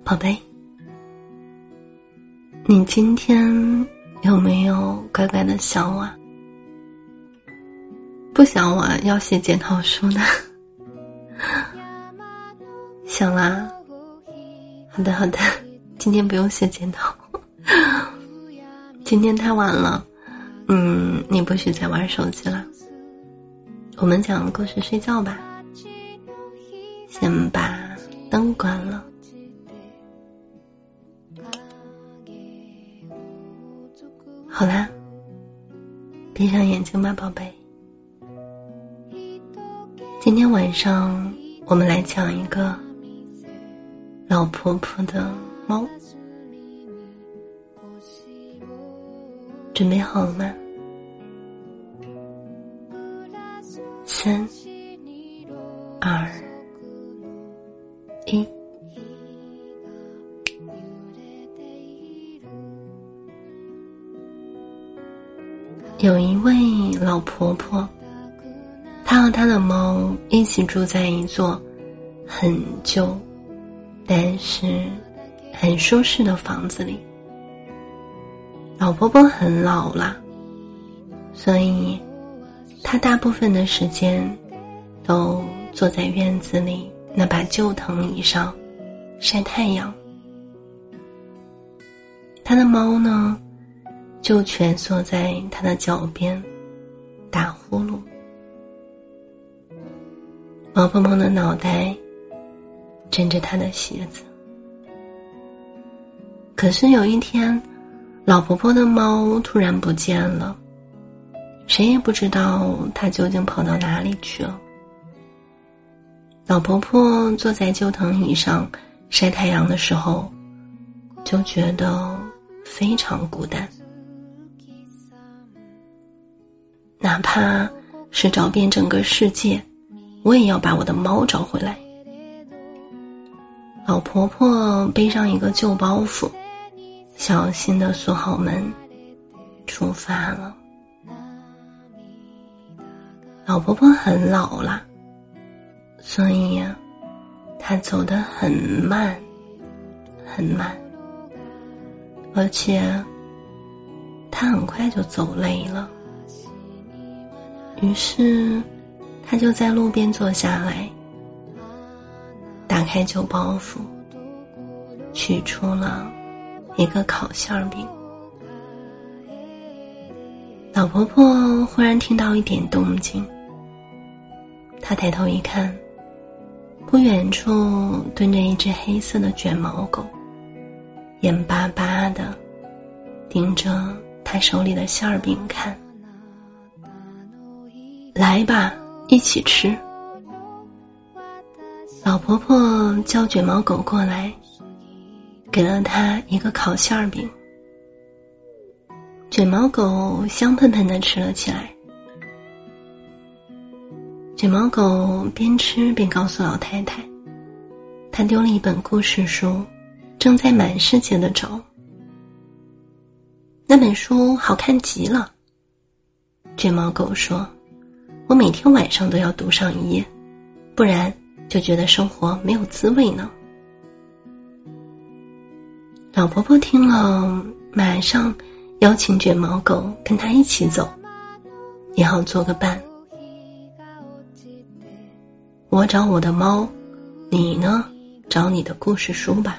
宝贝，你今天有没有乖乖的想我？不想我要写检讨书呢？想啦。好的好的，今天不用写检讨。今天太晚了，你不许再玩手机了。我们讲故事睡觉吧。先把灯关了。好啦，闭上眼睛吧，宝贝。今天晚上我们来讲一个老婆婆的猫。准备好了吗？3、2、1。有一位老婆婆，她和她的猫一起住在一座很旧但是很舒适的房子里。老婆婆很老了，所以她大部分的时间都坐在院子里那把旧藤椅上晒太阳。她的猫呢，就蜷缩在她的脚边打呼噜。毛蓬蓬的脑袋枕着她的鞋子。可是有一天，老婆婆的猫突然不见了，谁也不知道它究竟跑到哪里去了。老婆婆坐在旧藤椅上晒太阳的时候，就觉得非常孤单。哪怕是找遍整个世界，我也要把我的猫找回来。老婆婆背上一个旧包袱，小心地锁好门，出发了。老婆婆很老了，所以她走得很慢很慢，而且她很快就走累了。于是她就在路边坐下来，打开旧包袱，取出了一个烤馅饼。老婆婆忽然听到一点动静，她抬头一看，不远处蹲着一只黑色的卷毛狗，眼巴巴地盯着她手里的馅饼看。来吧，一起吃。老婆婆叫卷毛狗过来，给了它一个烤馅饼。卷毛狗香喷喷地吃了起来。卷毛狗边吃边告诉老太太，他丢了一本故事书，正在满世界的找。那本书好看极了。卷毛狗说，我每天晚上都要读上一页，不然就觉得生活没有滋味呢。老婆婆听了，马上邀请卷毛狗跟她一起走，也好做个伴。我找我的猫，你呢，找你的故事书吧。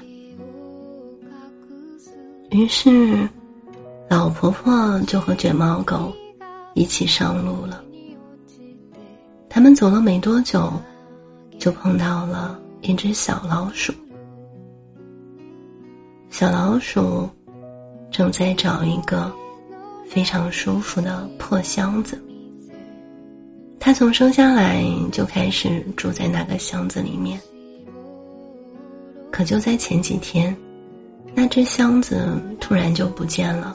于是老婆婆就和卷毛狗一起上路了。他们走了没多久，就碰到了一只小老鼠。小老鼠正在找一个非常舒服的破箱子。它从生下来就开始住在那个箱子里面。可就在前几天，那只箱子突然就不见了。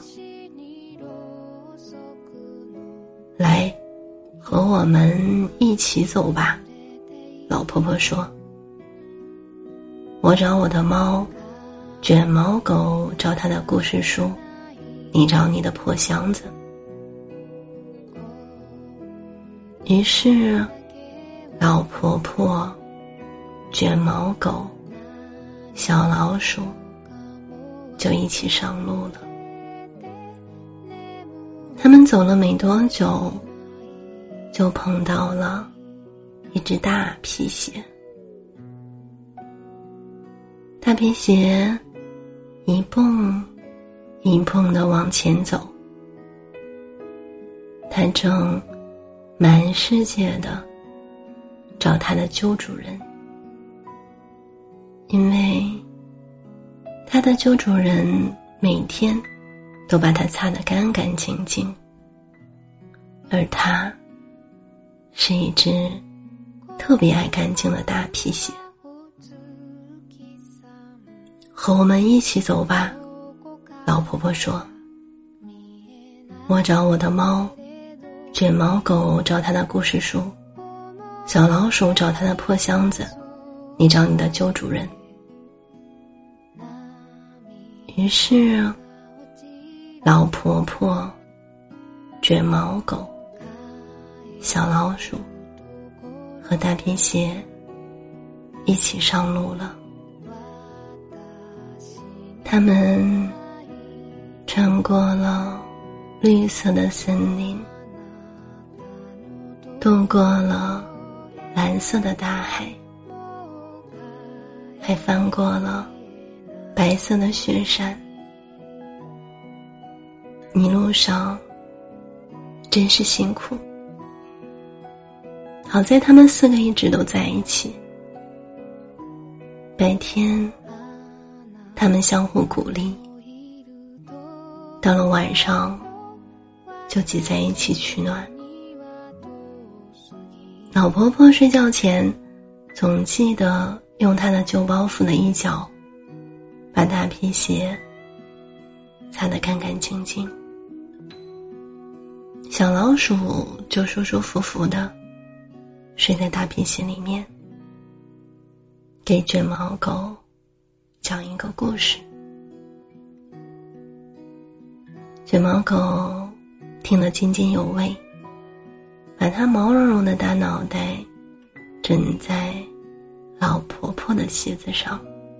来，和我们一起走吧，老婆婆说。我找我的猫，卷毛狗找它的故事书，你找你的破箱子。于是老婆婆、卷毛狗小老鼠就一起上路了。他们走了没多久，就碰到了一只大皮鞋。大皮鞋一蹦一蹦地往前走，他正满世界的找他的旧主人，因为他的旧主人每天都把它擦得干干净净，而他是一只特别爱干净的大皮鞋。和我们一起走吧，老婆婆说。我找我的猫，卷毛狗找它的故事书，小老鼠找它的破箱子，你找你的旧主人。于是老婆婆、卷毛狗、小老鼠和大皮鞋一起上路了。他们穿过了绿色的森林，渡过了蓝色的大海，还翻过了白色的雪山。一路上真是辛苦，好在他们4个一直都在一起。白天他们相互鼓励，到了晚上就挤在一起取暖。老婆婆睡觉前总记得用她的旧包袱的一角把大皮鞋擦得干干净净，小老鼠就舒舒服服地睡在大皮鞋里面，给卷毛狗讲一个故事。卷毛狗听得津津有味，把它毛茸茸的大脑袋枕在老婆婆的鞋子上。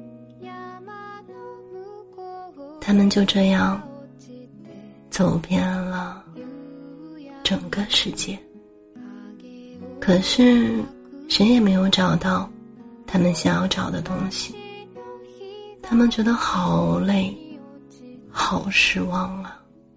他们就这样走遍了整个世界，可是谁也没有找到他们想要找的东西。他们觉得好累，好失望啊。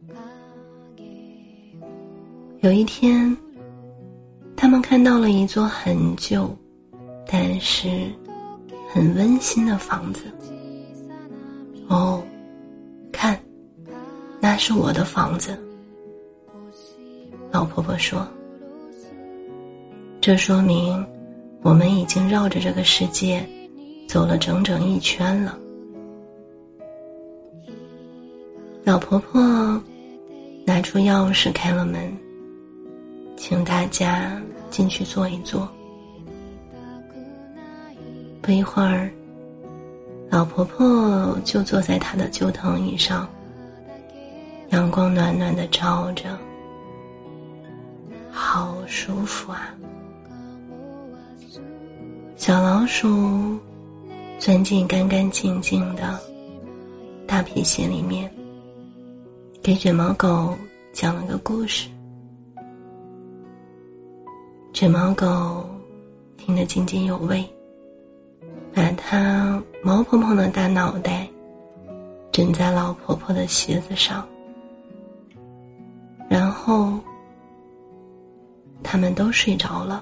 有一天，他们看到了一座很旧但是很温馨的房子。哦，看，那是我的房子，老婆婆说。这说明我们已经绕着这个世界走了整整1圈了。老婆婆拿出钥匙开了门，请大家进去坐一坐。不一会儿，老婆婆就坐在她的旧藤椅上，阳光暖暖地照着，好舒服啊。小老鼠钻进干干净净的大皮鞋里面，给卷毛狗讲了个故事。卷毛狗听得津津有味，把它毛蓬蓬的大脑袋枕在老婆婆的鞋子上，然后他们都睡着了，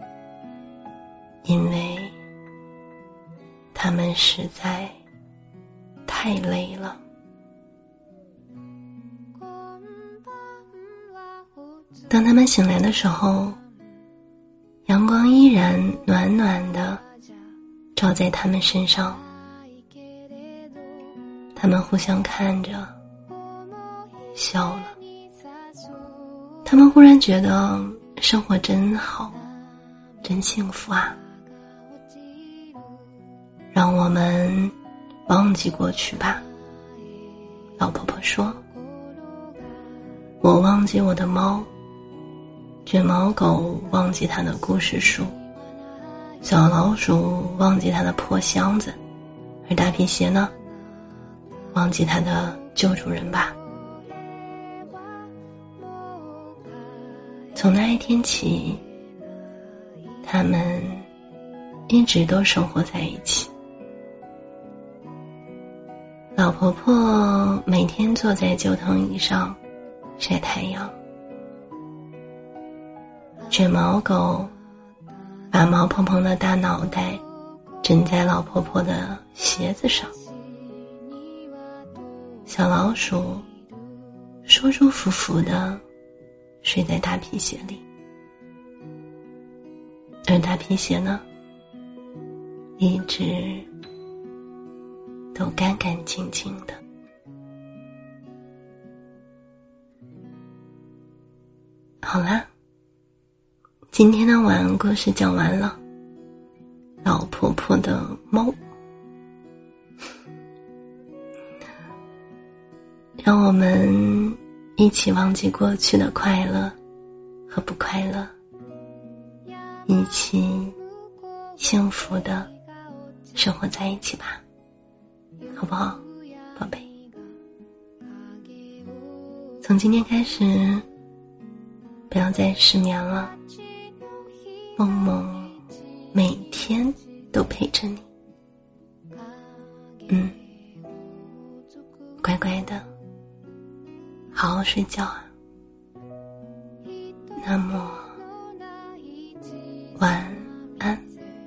因为他们实在太累了。当他们醒来的时候，阳光依然暖暖的照在他们身上。他们互相看着笑了。他们忽然觉得生活真好，真幸福啊。让我们忘记过去吧，老婆婆说。我忘记我的猫，卷毛狗忘记它的故事书，小老鼠忘记它的破箱子， 而大皮鞋呢，忘记他的旧主人吧。从那一天起，他们一直都生活在一起。老婆婆每天坐在旧藤椅上晒太阳，卷毛狗把毛蓬蓬的大脑袋枕在老婆婆的鞋子上，小老鼠舒舒服服地睡在大皮鞋里，而大皮鞋呢，一直都干干净净的。好啦，今天的晚安故事讲完了。老婆婆的猫，让我们一起忘记过去的快乐和不快乐，一起幸福的生活在一起吧，好不好，宝贝？从今天开始，不要再失眠了，梦梦每天都陪着你。乖乖的，好好睡觉啊。那么，晚安。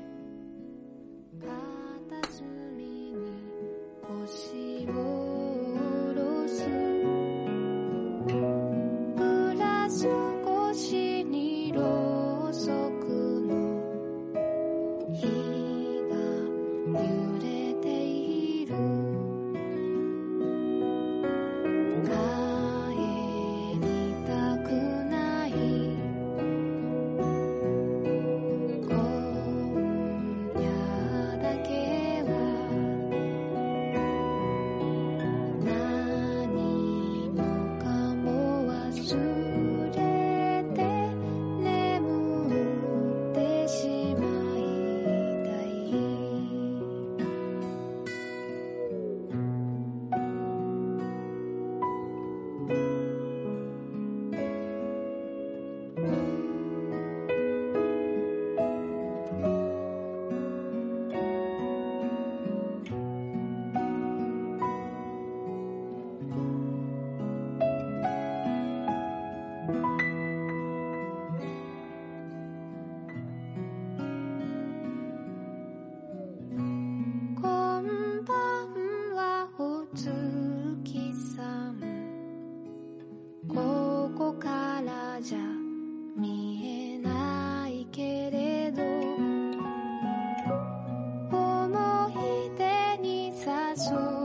じゃ見えないけれど思い出に誘う